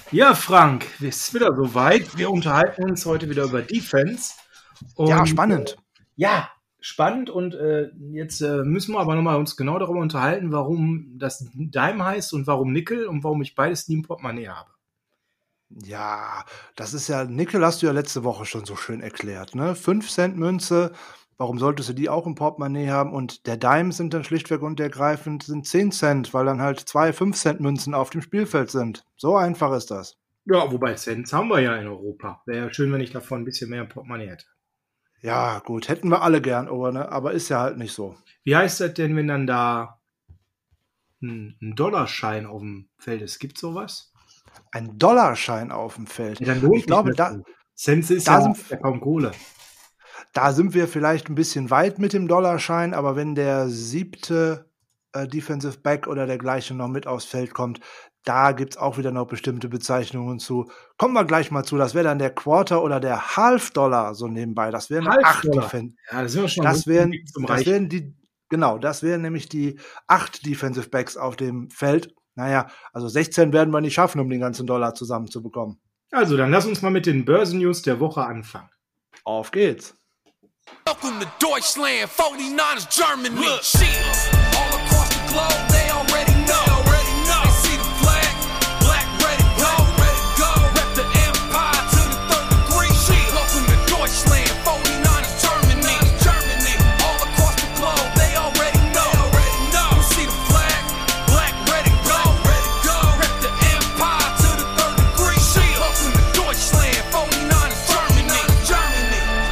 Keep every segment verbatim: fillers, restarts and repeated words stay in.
Ja, Frank, es ist wieder soweit. Wir unterhalten uns heute wieder über Defense. Und, ja, spannend. Äh, ja, spannend. Und äh, jetzt äh, müssen wir aber nochmal uns genau darüber unterhalten, warum das Dime heißt und warum Nickel und warum ich beides nie im Portemonnaie habe. Ja, das ist ja, Nickel hast du ja letzte Woche schon so schön erklärt, ne? fünf Cent Münze, warum solltest du die auch im Portemonnaie haben? Und der Dime sind dann schlichtweg und ergreifend sind zehn Cent, weil dann halt zwei fünf Cent Münzen auf dem Spielfeld sind. So einfach ist das. Ja, wobei Cents haben wir ja in Europa. Wäre ja schön, wenn ich davon ein bisschen mehr im Portemonnaie hätte. Ja, gut, hätten wir alle gern, aber, ne? aber ist ja halt nicht so. Wie heißt das denn, wenn dann da ein, ein Dollarschein auf dem Feld ist? Gibt es sowas? Ein Dollarschein auf dem Feld. Ja, dann lohnt ich glaube, da, Cents ist da ja, sind, ja kaum Kohle. Da sind wir vielleicht ein bisschen weit mit dem Dollarschein, aber wenn der siebte äh, Defensive Back oder dergleichen noch mit aufs Feld kommt, da gibt es auch wieder noch bestimmte Bezeichnungen zu. Kommen wir gleich mal zu. Das wäre dann der Quarter oder der Half-Dollar so nebenbei. Das wären acht Defensive. Ja, das, sind das wären, das wären die, genau, das wären nämlich die acht Defensive Backs auf dem Feld. Naja, also sechzehn werden wir nicht schaffen, um den ganzen Dollar zusammenzubekommen. Also, dann lass uns mal mit den Börsennews der Woche anfangen. Auf geht's. Welcome to Deutschland, forty-niners Germany. Look, shit, all across the globe, they already know. They already know. They see the flag, black, ready, go, ready, go. Rep the empire to the third degree. Shit, welcome to Deutschland, forty-niners Germany. Germany, all across the globe, they already know. They already know. You see the flag, black, ready, go, ready, go. Rep the empire to the third degree. Shit, welcome to Deutschland, forty-niners Germany. Germany.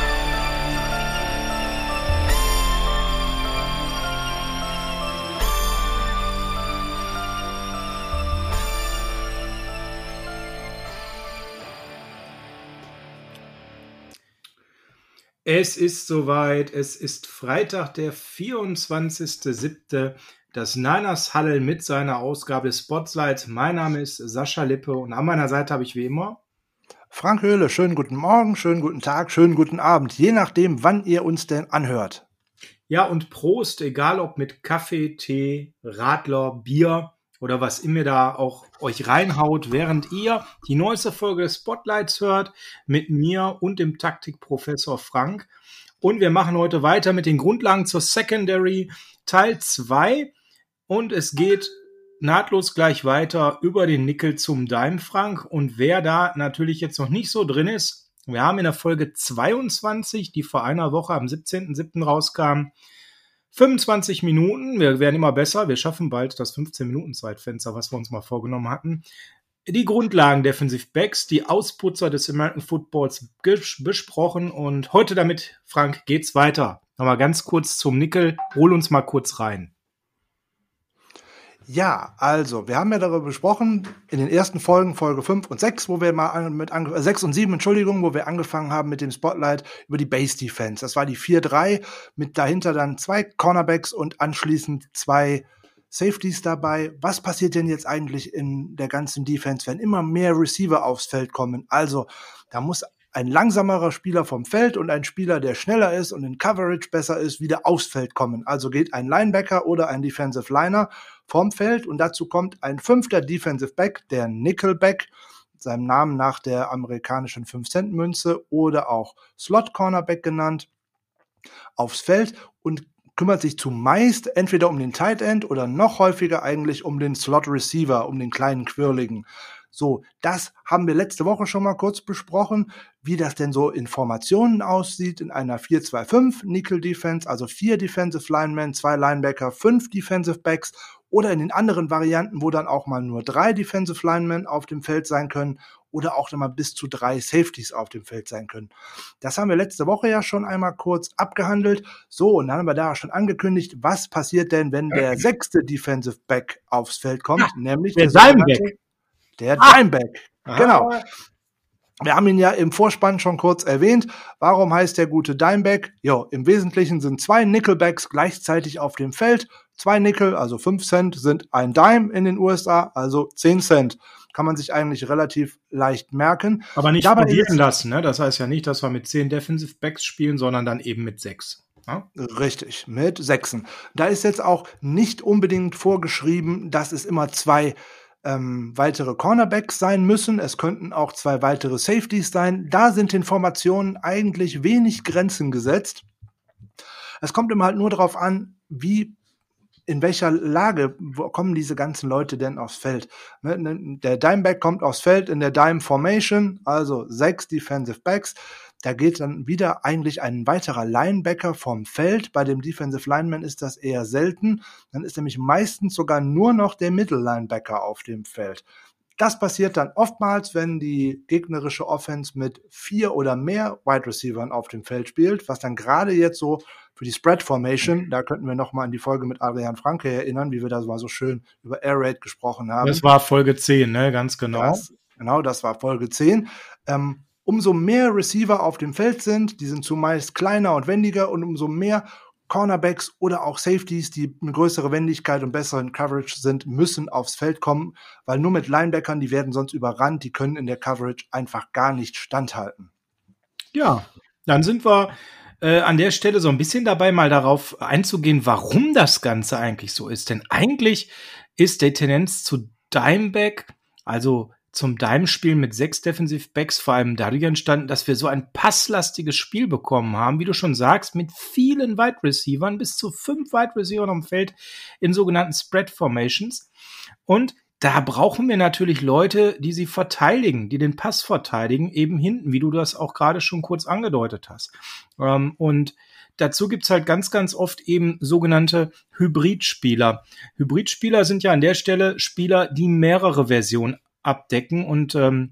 Es ist soweit, es ist Freitag, der vierundzwanzigster siebte Das Niners Huddle mit seiner Ausgabe des Spotlights. Mein Name ist Sascha Lippe und an meiner Seite habe ich wie immer Frank Höhle. Schönen guten Morgen, schönen guten Tag, schönen guten Abend, je nachdem, wann ihr uns denn anhört. Ja, und Prost, egal ob mit Kaffee, Tee, Radler, Bier oder was immer da auch euch reinhaut, während ihr die neueste Folge des Spotlights hört, mit mir und dem Taktikprofessor Frank. Und wir machen heute weiter mit den Grundlagen zur Secondary Teil zwei. Und es geht nahtlos gleich weiter über den Nickel zum Dime, Frank. Und wer da natürlich jetzt noch nicht so drin ist, wir haben in der Folge zweiundzwanzig, die vor einer Woche am siebzehnten siebten rauskam, fünfundzwanzig Minuten, wir werden immer besser, wir schaffen bald das fünfzehn-Minuten-Zeitfenster, was wir uns mal vorgenommen hatten. Die Grundlagen Defensive Backs, die Ausputzer des American Footballs ges- besprochen und heute damit, Frank, geht's weiter. Nochmal ganz kurz zum Nickel, hol uns mal kurz rein. Ja, also, wir haben ja darüber besprochen, in den ersten Folgen, Folge fünf und sechs, wo wir mal an, mit ange- äh, sechs und sieben, Entschuldigung, wo wir angefangen haben mit dem Spotlight über die Base Defense. Das war die vier drei, mit dahinter dann zwei Cornerbacks und anschließend zwei Safeties dabei. Was passiert denn jetzt eigentlich in der ganzen Defense, wenn immer mehr Receiver aufs Feld kommen? Also, da muss ein langsamerer Spieler vom Feld und ein Spieler, der schneller ist und in Coverage besser ist, wieder aufs Feld kommen. Also geht ein Linebacker oder ein Defensive Liner vom Feld und dazu kommt ein fünfter Defensive Back, der Nickelback, seinem Namen nach der amerikanischen fünf Cent Münze oder auch Slot Cornerback genannt, aufs Feld und kümmert sich zumeist entweder um den Tight End oder noch häufiger eigentlich um den Slot Receiver, um den kleinen Quirligen. So, das haben wir letzte Woche schon mal kurz besprochen, wie das denn so in Formationen aussieht in einer vier zwei fünf Nickel Defense, also vier Defensive Linemen, zwei Linebacker, fünf Defensive Backs oder in den anderen Varianten, wo dann auch mal nur drei Defensive Linemen auf dem Feld sein können oder auch mal bis zu drei Safeties auf dem Feld sein können. Das haben wir letzte Woche ja schon einmal kurz abgehandelt. So, und dann haben wir da schon angekündigt, was passiert denn, wenn der sechste Defensive Back aufs Feld kommt, ja, nämlich der der Dimeback. Der Ah. Dimeback, genau. Wir haben ihn ja im Vorspann schon kurz erwähnt. Warum heißt der gute Dimeback? Jo, im Wesentlichen sind zwei Nickelbacks gleichzeitig auf dem Feld. Zwei Nickel, also fünf Cent, sind ein Dime in den U S A, also zehn Cent. Kann man sich eigentlich relativ leicht merken. Aber nicht Dabei probieren ist- lassen, ne? Das heißt ja nicht, dass wir mit zehn Defensive Backs spielen, sondern dann eben mit sechs. Ja? Richtig, mit Sechsen. Da ist jetzt auch nicht unbedingt vorgeschrieben, dass es immer zwei ähm, weitere Cornerbacks sein müssen. Es könnten auch zwei weitere Safeties sein. Da sind den Formationen eigentlich wenig Grenzen gesetzt. Es kommt immer halt nur darauf an, wie in welcher Lage kommen diese ganzen Leute denn aufs Feld? Der Dimeback kommt aufs Feld in der Dime Formation, also sechs Defensive Backs. Da geht dann wieder eigentlich ein weiterer Linebacker vom Feld. Bei dem Defensive Lineman ist das eher selten. Dann ist nämlich meistens sogar nur noch der Middle Linebacker auf dem Feld. Das passiert dann oftmals, wenn die gegnerische Offense mit vier oder mehr Wide Receivern auf dem Feld spielt, was dann gerade jetzt so für die Spread Formation, da könnten wir noch mal an die Folge mit Adrian Franke erinnern, wie wir da mal so schön über Air Raid gesprochen haben. Das war Folge zehn, ne, ganz genau. Das, genau, das war Folge zehn. Ähm, umso mehr Receiver auf dem Feld sind, die sind zumeist kleiner und wendiger, und umso mehr Cornerbacks oder auch Safeties, die eine größere Wendigkeit und besseren Coverage sind, müssen aufs Feld kommen, weil nur mit Linebackern, die werden sonst überrannt, die können in der Coverage einfach gar nicht standhalten. Ja, dann sind wir äh, an der Stelle so ein bisschen dabei, mal darauf einzugehen, warum das Ganze eigentlich so ist. Denn eigentlich ist die Tendenz zu Dimeback, also zum Dime-Spiel mit sechs Defensive Backs vor allem dadurch entstanden, dass wir so ein passlastiges Spiel bekommen haben, wie du schon sagst, mit vielen Wide Receivern, bis zu fünf Wide Receivern am Feld in sogenannten Spread Formations. Und da brauchen wir natürlich Leute, die sie verteidigen, die den Pass verteidigen, eben hinten, wie du das auch gerade schon kurz angedeutet hast. Ähm, und dazu gibt's halt ganz, ganz oft eben sogenannte Hybridspieler. Hybridspieler sind ja an der Stelle Spieler, die mehrere Versionen abdecken und ähm,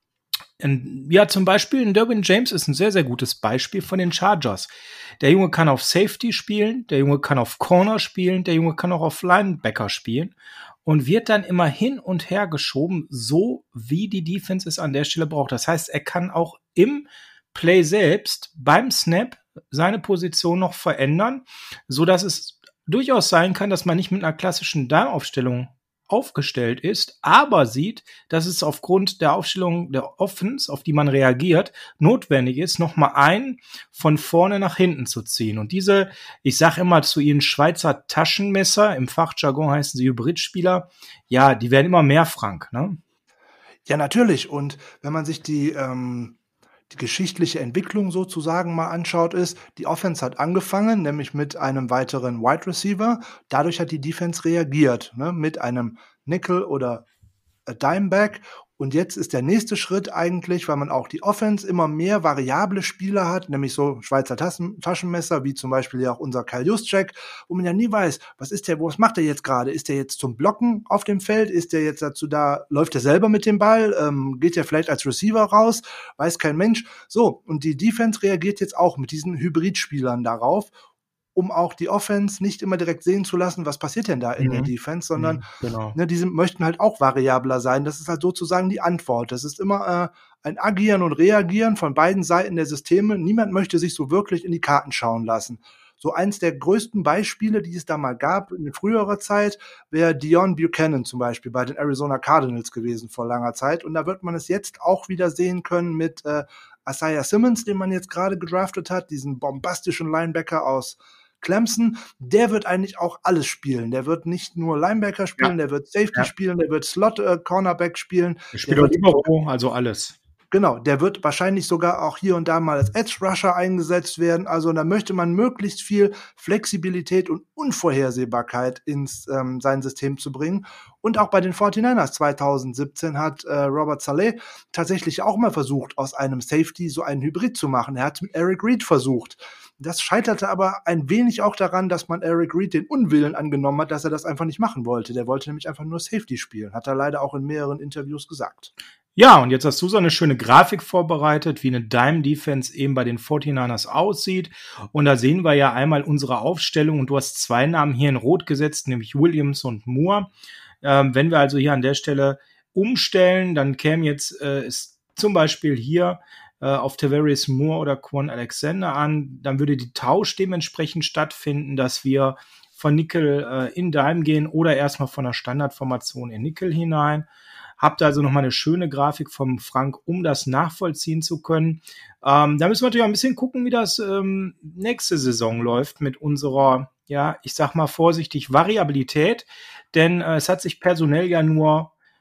in, ja, zum Beispiel in Derwin James ist ein sehr, sehr gutes Beispiel von den Chargers. Der Junge kann auf Safety spielen, der Junge kann auf Corner spielen, der Junge kann auch auf Linebacker spielen und wird dann immer hin und her geschoben, so wie die Defense es an der Stelle braucht. Das heißt, er kann auch im Play selbst beim Snap seine Position noch verändern, so dass es durchaus sein kann, dass man nicht mit einer klassischen Dime-Aufstellung aufgestellt ist, aber sieht, dass es aufgrund der Aufstellung der Offense, auf die man reagiert, notwendig ist, nochmal einen von vorne nach hinten zu ziehen. Und diese, ich sage immer zu ihnen Schweizer Taschenmesser, im Fachjargon heißen sie Hybridspieler, ja, die werden immer mehr, Frank, ne? Ja, natürlich. Und wenn man sich die ähm die geschichtliche Entwicklung sozusagen mal anschaut, ist, die Offense hat angefangen, nämlich mit einem weiteren Wide Receiver. Dadurch hat die Defense reagiert, ne, mit einem Nickel oder Dimeback. Und jetzt ist der nächste Schritt eigentlich, weil man auch die Offense immer mehr variable Spieler hat, nämlich so Schweizer Taschen, Taschenmesser, wie zum Beispiel ja auch unser Kyle Juszczyk, wo man ja nie weiß, was ist der, was macht der jetzt gerade? Ist der jetzt zum Blocken auf dem Feld? Ist der jetzt dazu da, läuft er selber mit dem Ball? Ähm, geht er vielleicht als Receiver raus? Weiß kein Mensch. So, und die Defense reagiert jetzt auch mit diesen Hybridspielern darauf, um auch die Offense nicht immer direkt sehen zu lassen, was passiert denn da in mhm. der Defense, sondern mhm, genau. ne, diese möchten halt auch variabler sein. Das ist halt sozusagen die Antwort. Das ist immer äh, ein Agieren und Reagieren von beiden Seiten der Systeme. Niemand möchte sich so wirklich in die Karten schauen lassen. So eins der größten Beispiele, die es da mal gab in früherer Zeit, wäre Dion Buchanan zum Beispiel bei den Arizona Cardinals gewesen vor langer Zeit. Und da wird man es jetzt auch wieder sehen können mit äh, Isaiah Simmons, den man jetzt gerade gedraftet hat, diesen bombastischen Linebacker aus Clemson. Der wird eigentlich auch alles spielen. Der wird nicht nur Linebacker spielen, ja. der wird Safety ja. spielen, der wird Slot-Cornerback äh, spielen. Der spielt auch Libero, also alles. Genau, der wird wahrscheinlich sogar auch hier und da mal als Edge-Rusher eingesetzt werden. Also da möchte man möglichst viel Flexibilität und Unvorhersehbarkeit ins ähm, sein System zu bringen. Und auch bei den forty-niners zwanzig siebzehn hat äh, Robert Saleh tatsächlich auch mal versucht, aus einem Safety so einen Hybrid zu machen. Er hat mit Eric Reid versucht. Das scheiterte aber ein wenig auch daran, dass man Eric Reid den Unwillen angenommen hat, dass er das einfach nicht machen wollte. Der wollte nämlich einfach nur Safety spielen. Hat er leider auch in mehreren Interviews gesagt. Ja, und jetzt hast du so eine schöne Grafik vorbereitet, wie eine Dime-Defense eben bei den forty-niners aussieht. Und da sehen wir ja einmal unsere Aufstellung und du hast zwei Namen hier in Rot gesetzt, nämlich Williams und Moore. Ähm, wenn wir also hier an der Stelle umstellen, dann käme jetzt äh, ist zum Beispiel hier äh, auf Tavarius Moore oder Quan Alexander an. Dann würde die Tausch dementsprechend stattfinden, dass wir von Nickel äh, in Dime gehen oder erstmal von der Standardformation in Nickel hinein. Habt also nochmal eine schöne Grafik vom Frank, um das nachvollziehen zu können. Ähm, da müssen wir natürlich auch ein bisschen gucken, wie das ähm, nächste Saison läuft mit unserer, ja, ich sag mal vorsichtig, Variabilität. Denn äh, es hat sich personell ja nur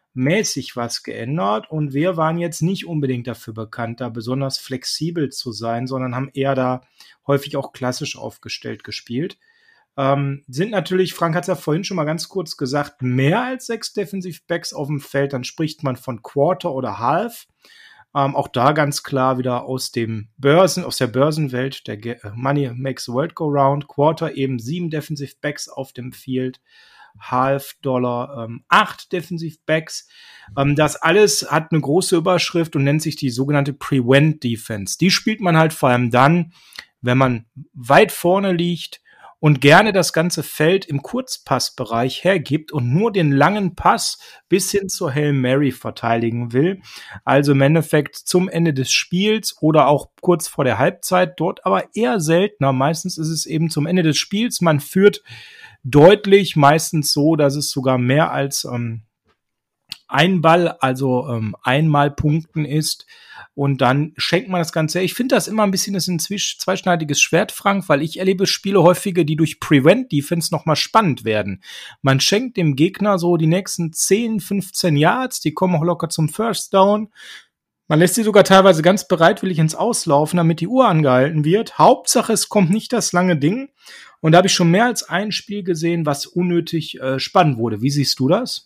mäßig was geändert und wir waren jetzt nicht unbedingt dafür bekannt, da besonders flexibel zu sein, sondern haben eher da häufig auch klassisch aufgestellt gespielt. Ähm, sind natürlich, Frank hat es ja vorhin schon mal ganz kurz gesagt, mehr als sechs Defensive Backs auf dem Feld, dann spricht man von Quarter oder Half. Ähm, auch da ganz klar wieder aus dem Börsen, aus der Börsenwelt, der Ge- Money makes the world go round. Quarter eben sieben Defensive Backs auf dem Field. Half Dollar ähm, acht Defensive Backs. Ähm, das alles hat eine große Überschrift und nennt sich die sogenannte Prevent Defense. Die spielt man halt vor allem dann, wenn man weit vorne liegt und gerne das ganze Feld im Kurzpassbereich hergibt und nur den langen Pass bis hin zur Hail Mary verteidigen will. Also im Endeffekt zum Ende des Spiels oder auch kurz vor der Halbzeit, dort aber eher seltener. Meistens ist es eben zum Ende des Spiels. Man führt deutlich, meistens so, dass es sogar mehr als ähm, ein Ball, also ähm, einmal Punkten ist. Und dann schenkt man das Ganze. Ich finde das immer ein bisschen, das ist ein zwisch- zweischneidiges Schwert, Frank, weil ich erlebe Spiele häufiger, die durch Prevent Defense nochmal spannend werden. Man schenkt dem Gegner so die nächsten zehn, fünfzehn Yards, die kommen auch locker zum First Down. Man lässt sie sogar teilweise ganz bereitwillig ins Auslaufen, damit die Uhr angehalten wird. Hauptsache, es kommt nicht das lange Ding. Und da habe ich schon mehr als ein Spiel gesehen, was unnötig äh, spannend wurde. Wie siehst du das?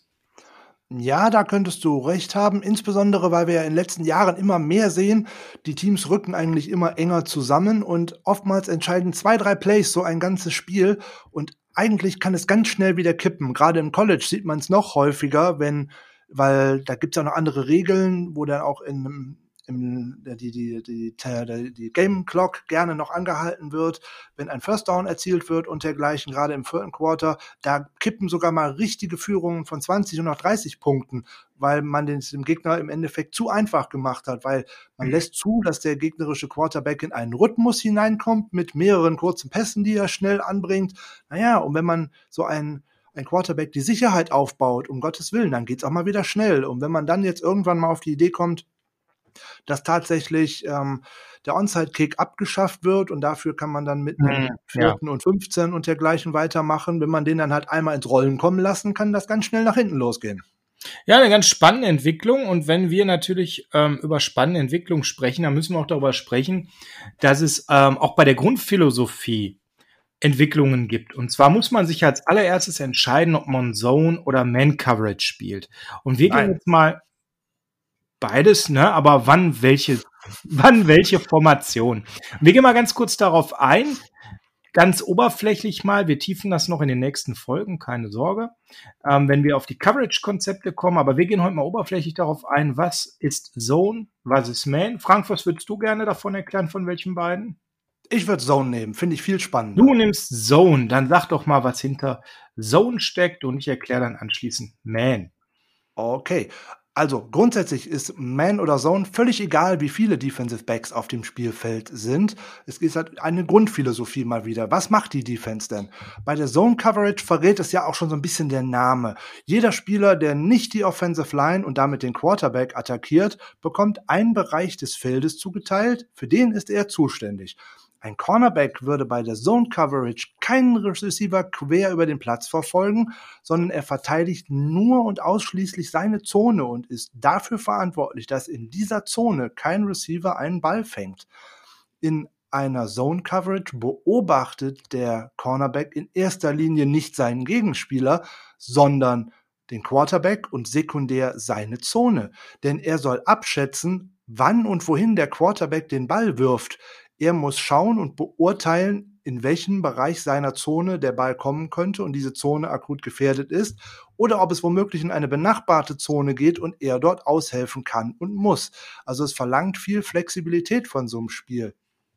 Ja, da könntest du recht haben, insbesondere weil wir ja in den letzten Jahren immer mehr sehen, die Teams rücken eigentlich immer enger zusammen und oftmals entscheiden zwei, drei Plays so ein ganzes Spiel und eigentlich kann es ganz schnell wieder kippen. Gerade im College sieht man es noch häufiger, wenn, weil da gibt es ja noch andere Regeln, wo dann auch in im, die, die, die, die, die Game Clock gerne noch angehalten wird, wenn ein First Down erzielt wird und dergleichen, gerade im vierten Quarter, da kippen sogar mal richtige Führungen von zwanzig und auch dreißig Punkten, weil man den, dem Gegner im Endeffekt zu einfach gemacht hat, weil man mhm. lässt zu, dass der gegnerische Quarterback in einen Rhythmus hineinkommt mit mehreren kurzen Pässen, die er schnell anbringt. Naja, und wenn man so einen ein Quarterback die Sicherheit aufbaut, um Gottes Willen, dann geht's auch mal wieder schnell. Und wenn man dann jetzt irgendwann mal auf die Idee kommt, dass tatsächlich ähm, der Onside-Kick abgeschafft wird und dafür kann man dann mit einem Mhm, vierten und fünfzehn und dergleichen weitermachen. Wenn man den dann halt einmal ins Rollen kommen lassen, kann das ganz schnell nach hinten losgehen. Ja, eine ganz spannende Entwicklung. Und wenn wir natürlich ähm, über spannende Entwicklung sprechen, dann müssen wir auch darüber sprechen, dass es ähm, auch bei der Grundphilosophie Entwicklungen gibt. Und zwar muss man sich als allererstes entscheiden, ob man Zone oder Man-Coverage spielt. Und wir Nein. gehen jetzt mal beides, ne? Aber wann welche, wann welche Formation? Wir gehen mal ganz kurz darauf ein, ganz oberflächlich mal. Wir tiefen das noch in den nächsten Folgen, keine Sorge, ähm, wenn wir auf die Coverage-Konzepte kommen. Aber wir gehen heute mal oberflächlich darauf ein, was ist Zone, was ist Man? Frank, was würdest du gerne davon erklären, von welchen beiden? Ich würde Zone nehmen, finde ich viel spannender. Du nimmst Zone, dann sag doch mal, was hinter Zone steckt und ich erkläre dann anschließend Man. Okay, also grundsätzlich ist Man oder Zone völlig egal, wie viele Defensive Backs auf dem Spielfeld sind. Es ist halt eine Grundphilosophie mal wieder. Was macht die Defense denn? Bei der Zone Coverage verrät es ja auch schon so ein bisschen der Name. Jeder Spieler, der nicht die Offensive Line und damit den Quarterback attackiert, bekommt einen Bereich des Feldes zugeteilt, für den ist er zuständig. Ein Cornerback würde bei der Zone Coverage keinen Receiver quer über den Platz verfolgen, sondern er verteidigt nur und ausschließlich seine Zone und ist dafür verantwortlich, dass in dieser Zone kein Receiver einen Ball fängt. In einer Zone Coverage beobachtet der Cornerback in erster Linie nicht seinen Gegenspieler, sondern den Quarterback und sekundär seine Zone. Denn er soll abschätzen, wann und wohin der Quarterback den Ball wirft. Er muss schauen und beurteilen, in welchem Bereich seiner Zone der Ball kommen könnte und diese Zone akut gefährdet ist oder ob es womöglich in eine benachbarte Zone geht und er dort aushelfen kann und muss. Also es verlangt viel Flexibilität von so einem Spiel.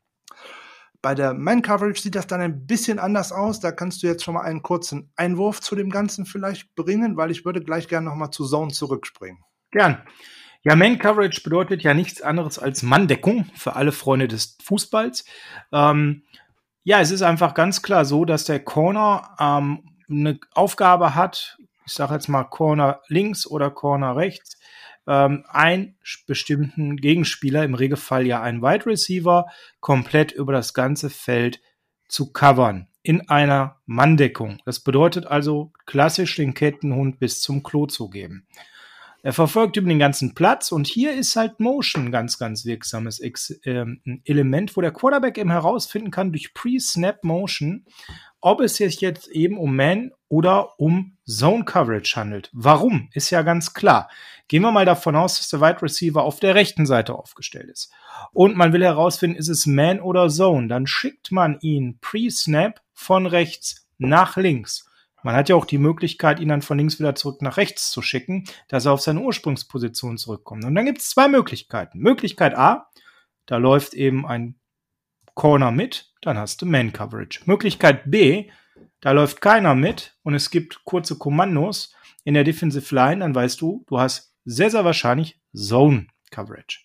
Bei der Man-Coverage sieht das dann ein bisschen anders aus. Da kannst du jetzt schon mal einen kurzen Einwurf zu dem Ganzen vielleicht bringen, weil ich würde gleich gerne nochmal zu Zone zurückspringen. Gern. Ja, Man-Coverage bedeutet ja nichts anderes als Manndeckung für alle Freunde des Fußballs. Ähm, ja, es ist einfach ganz klar so, dass der Corner ähm, eine Aufgabe hat, ich sage jetzt mal Corner links oder Corner rechts, ähm, einen bestimmten Gegenspieler, im Regelfall ja einen Wide Receiver, komplett über das ganze Feld zu covern in einer Manndeckung. Das bedeutet also klassisch den Kettenhund bis zum Klo zu geben. Er verfolgt über den ganzen Platz und hier ist halt Motion ein ganz, ganz wirksames Ex- äh, Element, wo der Quarterback eben herausfinden kann durch Pre-Snap Motion, ob es sich jetzt eben um Man oder um Zone Coverage handelt. Warum? Ist ja ganz klar. Gehen wir mal davon aus, dass der Wide Receiver auf der rechten Seite aufgestellt ist. Und man will herausfinden, ist es Man oder Zone. Dann schickt man ihn Pre-Snap von rechts nach links. Man hat ja auch die Möglichkeit, ihn dann von links wieder zurück nach rechts zu schicken, dass er auf seine Ursprungsposition zurückkommt. Und dann gibt es zwei Möglichkeiten. Möglichkeit A, da läuft eben ein Corner mit, dann hast du Man-Coverage. Möglichkeit B, da läuft keiner mit und es gibt kurze Kommandos in der Defensive Line, dann weißt du, du hast sehr, sehr wahrscheinlich Zone-Coverage.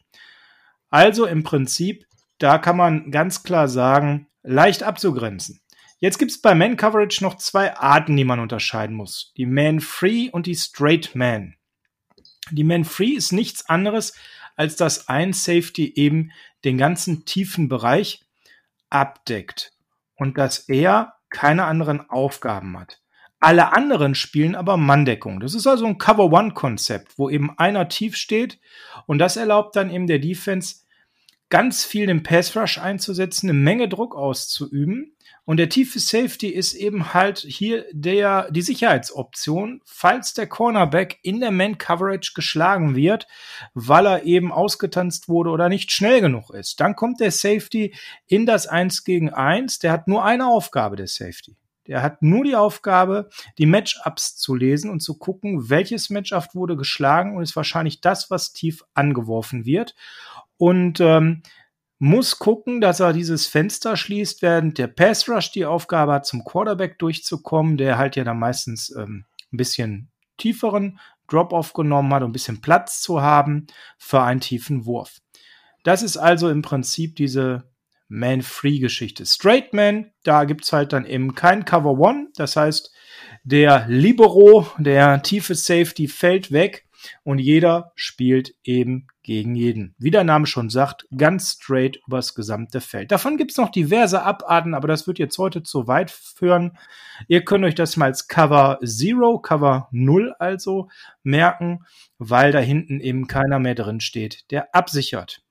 Also im Prinzip, da kann man ganz klar sagen, leicht abzugrenzen. Jetzt gibt es bei Man-Coverage noch zwei Arten, die man unterscheiden muss. Die Man-Free und die Straight Man. Die Man-Free ist nichts anderes, als dass ein Safety eben den ganzen tiefen Bereich abdeckt und dass er keine anderen Aufgaben hat. Alle anderen spielen aber Manndeckung. Das ist also ein Cover-One-Konzept, wo eben einer tief steht und das erlaubt dann eben der Defense, ganz viel den Pass-Rush einzusetzen, eine Menge Druck auszuüben. Und der tiefe Safety ist eben halt hier der, die Sicherheitsoption, falls der Cornerback in der Man-Coverage geschlagen wird, weil er eben ausgetanzt wurde oder nicht schnell genug ist. Dann kommt der Safety in das eins gegen eins. Der hat nur eine Aufgabe, der Safety. Der hat nur die Aufgabe, die Matchups zu lesen und zu gucken, welches Matchup wurde geschlagen und ist wahrscheinlich das, was tief angeworfen wird. Und ähm, muss gucken, dass er dieses Fenster schließt, während der Pass Rush die Aufgabe hat, zum Quarterback durchzukommen, der halt ja dann meistens ähm, ein bisschen tieferen Drop-Off genommen hat, um ein bisschen Platz zu haben für einen tiefen Wurf. Das ist also im Prinzip diese Man-Free-Geschichte. Straight Man, da gibt's halt dann eben kein Cover One, das heißt, der Libero, der tiefe Safety fällt weg und jeder spielt eben gegen jeden. Wie der Name schon sagt, ganz straight übers gesamte Feld. Davon gibt es noch diverse Abarten, aber das wird jetzt heute zu weit führen. Ihr könnt euch das mal als Cover Zero, Cover Null also merken, weil da hinten eben keiner mehr drin steht, der absichert.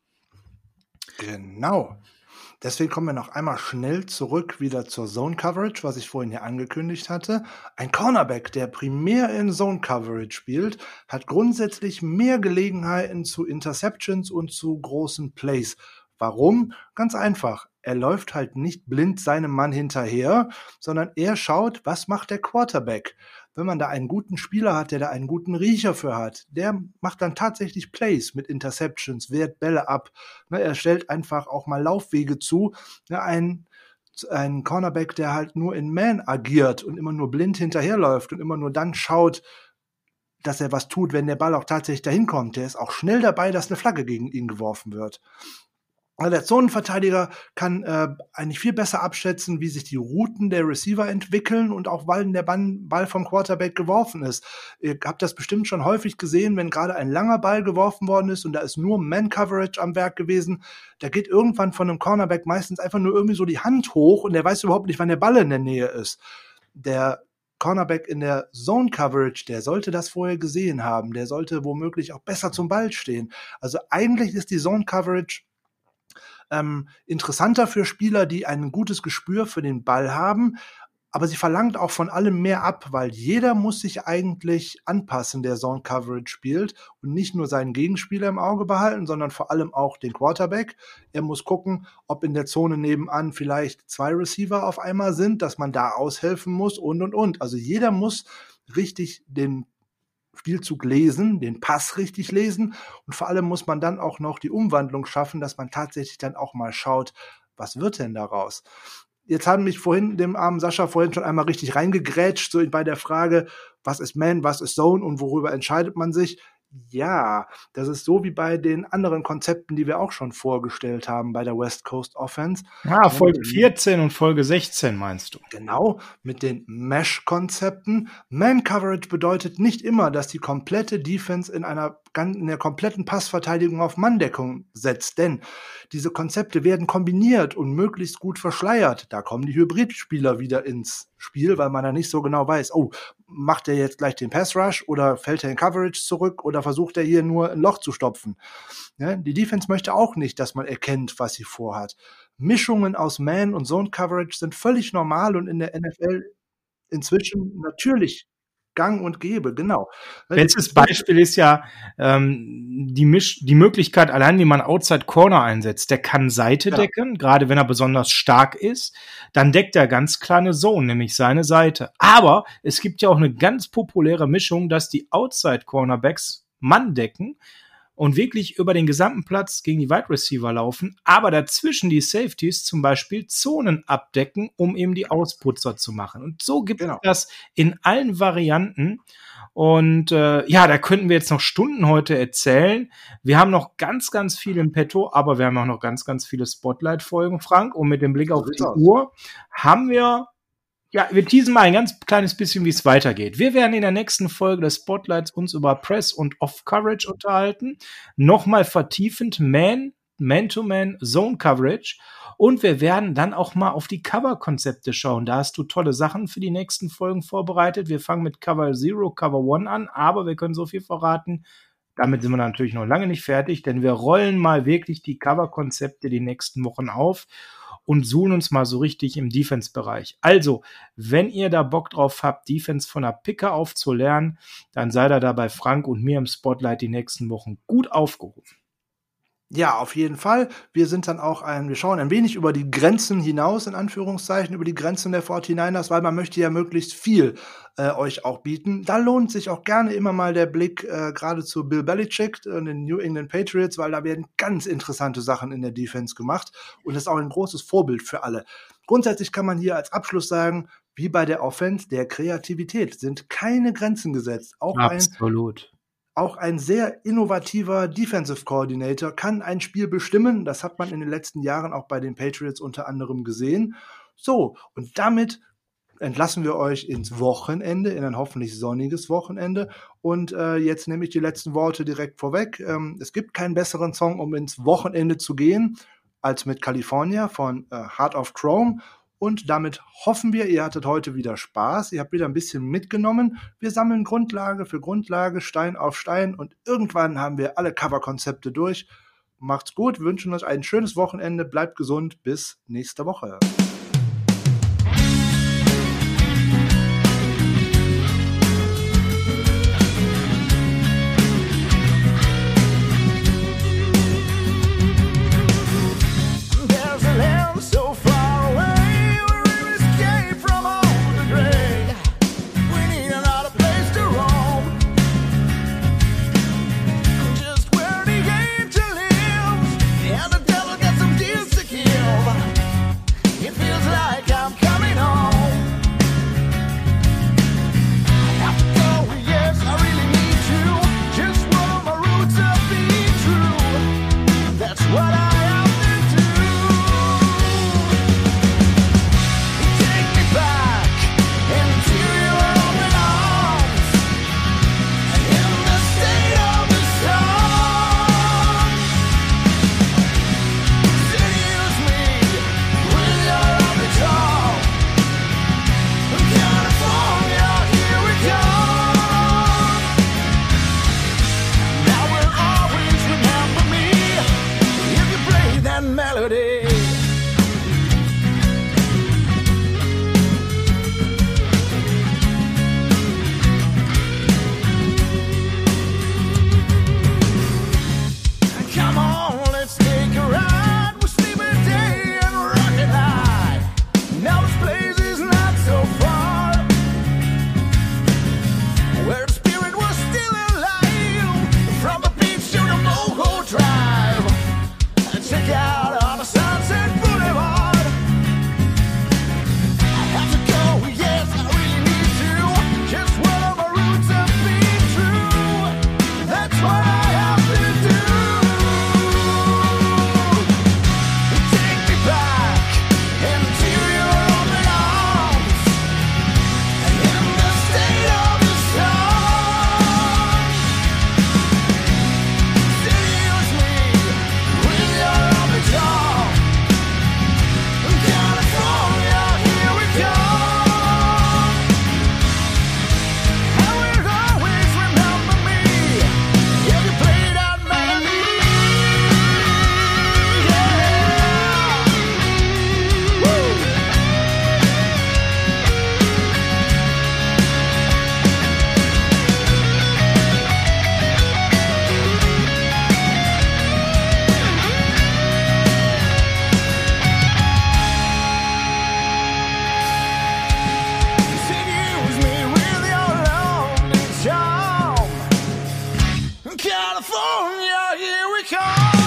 Genau. Deswegen kommen wir noch einmal schnell zurück wieder zur Zone Coverage, was ich vorhin hier angekündigt hatte. Ein Cornerback, der primär in Zone Coverage spielt, hat grundsätzlich mehr Gelegenheiten zu Interceptions und zu großen Plays. Warum? Ganz einfach. Er läuft halt nicht blind seinem Mann hinterher, sondern er schaut, was macht der Quarterback. Wenn man da einen guten Spieler hat, der da einen guten Riecher für hat, der macht dann tatsächlich Plays mit Interceptions, wehrt Bälle ab. Er stellt einfach auch mal Laufwege zu. Ein, ein Cornerback, der halt nur in Man agiert und immer nur blind hinterherläuft und immer nur dann schaut, dass er was tut, wenn der Ball auch tatsächlich dahin kommt. Der ist auch schnell dabei, dass eine Flagge gegen ihn geworfen wird. Der Zonenverteidiger kann äh, eigentlich viel besser abschätzen, wie sich die Routen der Receiver entwickeln und auch wann der Ball vom Quarterback geworfen ist. Ihr habt das bestimmt schon häufig gesehen, wenn gerade ein langer Ball geworfen worden ist und da ist nur Man-Coverage am Werk gewesen. Da geht irgendwann von einem Cornerback meistens einfach nur irgendwie so die Hand hoch und der weiß überhaupt nicht, wann der Ball in der Nähe ist. Der Cornerback in der Zone Coverage, der sollte das vorher gesehen haben. Der sollte womöglich auch besser zum Ball stehen. Also eigentlich ist die Zone Coverage Ähm, interessanter für Spieler, die ein gutes Gespür für den Ball haben, aber sie verlangt auch von allem mehr ab, weil jeder muss sich eigentlich anpassen, der Zone Coverage spielt und nicht nur seinen Gegenspieler im Auge behalten, sondern vor allem auch den Quarterback. Er muss gucken, ob in der Zone nebenan vielleicht zwei Receiver auf einmal sind, dass man da aushelfen muss und, und, und. Also jeder muss richtig den Spielzug lesen, den Pass richtig lesen und vor allem muss man dann auch noch die Umwandlung schaffen, dass man tatsächlich dann auch mal schaut, was wird denn daraus? Jetzt haben mich vorhin, dem armen Sascha vorhin schon einmal richtig reingegrätscht, so bei der Frage, was ist Man, was ist Zone und worüber entscheidet man sich? Ja, das ist so wie bei den anderen Konzepten, die wir auch schon vorgestellt haben bei der West Coast Offense. Ah, Folge vierzehn und Folge sechzehn meinst du? Genau, mit den Mesh-Konzepten. Man-Coverage bedeutet nicht immer, dass die komplette Defense in einer in der kompletten Passverteidigung auf Manndeckung setzt, denn diese Konzepte werden kombiniert und möglichst gut verschleiert. Da kommen die Hybridspieler wieder ins Spiel, weil man da nicht so genau weiß, oh, macht er jetzt gleich den Pass Rush oder fällt er in Coverage zurück oder versucht er hier nur ein Loch zu stopfen. Ja, die Defense möchte auch nicht, dass man erkennt, was sie vorhat. Mischungen aus Man- und Zone-Coverage sind völlig normal und in der N F L inzwischen natürlich gang und gäbe, genau. Bestes Beispiel ist ja ähm, die, Misch- die Möglichkeit, allein wie man Outside Corner einsetzt. Der kann Seite Ja. decken, gerade wenn er besonders stark ist. Dann deckt er ganz klar eine Zone, nämlich seine Seite. Aber es gibt ja auch eine ganz populäre Mischung, dass die Outside Cornerbacks Mann decken und wirklich über den gesamten Platz gegen die Wide Receiver laufen, aber dazwischen die Safeties zum Beispiel Zonen abdecken, um eben die Ausputzer zu machen. Und so gibt Genau. es das in allen Varianten. Und äh, ja, da könnten wir jetzt noch Stunden heute erzählen. Wir haben noch ganz, ganz viel im Petto, aber wir haben auch noch ganz, ganz viele Spotlight-Folgen, Frank. Und mit dem Blick auf sieht's die aus. Uhr haben wir Ja, wir teasen mal ein ganz kleines bisschen, wie es weitergeht. Wir werden in der nächsten Folge des Spotlights uns über Press und Off-Coverage unterhalten. Nochmal vertiefend Man, Man-to-Man, Zone-Coverage. Und wir werden dann auch mal auf die Cover-Konzepte schauen. Da hast du tolle Sachen für die nächsten Folgen vorbereitet. Wir fangen mit Cover Zero, Cover One an, aber wir können so viel verraten. Damit sind wir natürlich noch lange nicht fertig, denn wir rollen mal wirklich die Cover-Konzepte die nächsten Wochen auf und suchen uns mal so richtig im Defense-Bereich. Also, wenn ihr da Bock drauf habt, Defense von der Picke auf zu lernen, dann seid ihr da bei Frank und mir im Spotlight die nächsten Wochen gut aufgehoben. Ja, auf jeden Fall. Wir sind dann auch ein, wir schauen ein wenig über die Grenzen hinaus, in Anführungszeichen, über die Grenzen der forty-niners, weil man möchte ja möglichst viel äh, euch auch bieten. Da lohnt sich auch gerne immer mal der Blick äh, gerade zu Bill Belichick und den New England Patriots, weil da werden ganz interessante Sachen in der Defense gemacht und das ist auch ein großes Vorbild für alle. Grundsätzlich kann man hier als Abschluss sagen, wie bei der Offense, der Kreativität sind keine Grenzen gesetzt. Auch ein Absolut. Auch ein sehr innovativer Defensive Coordinator kann ein Spiel bestimmen. Das hat man in den letzten Jahren auch bei den Patriots unter anderem gesehen. So, und damit entlassen wir euch ins Wochenende, in ein hoffentlich sonniges Wochenende. Und äh, jetzt nehme ich die letzten Worte direkt vorweg. Ähm, es gibt keinen besseren Song, um ins Wochenende zu gehen, als mit California von äh, Heart of Chrome. Und damit hoffen wir, ihr hattet heute wieder Spaß, ihr habt wieder ein bisschen mitgenommen. Wir sammeln Grundlage für Grundlage, Stein auf Stein und irgendwann haben wir alle Cover-Konzepte durch. Macht's gut, wünschen euch ein schönes Wochenende, bleibt gesund, bis nächste Woche. There's a land so far away where we escape from all the gray. We need another place to roam, just where the angel lives, and the devil got some deals to kill. If California, here we come.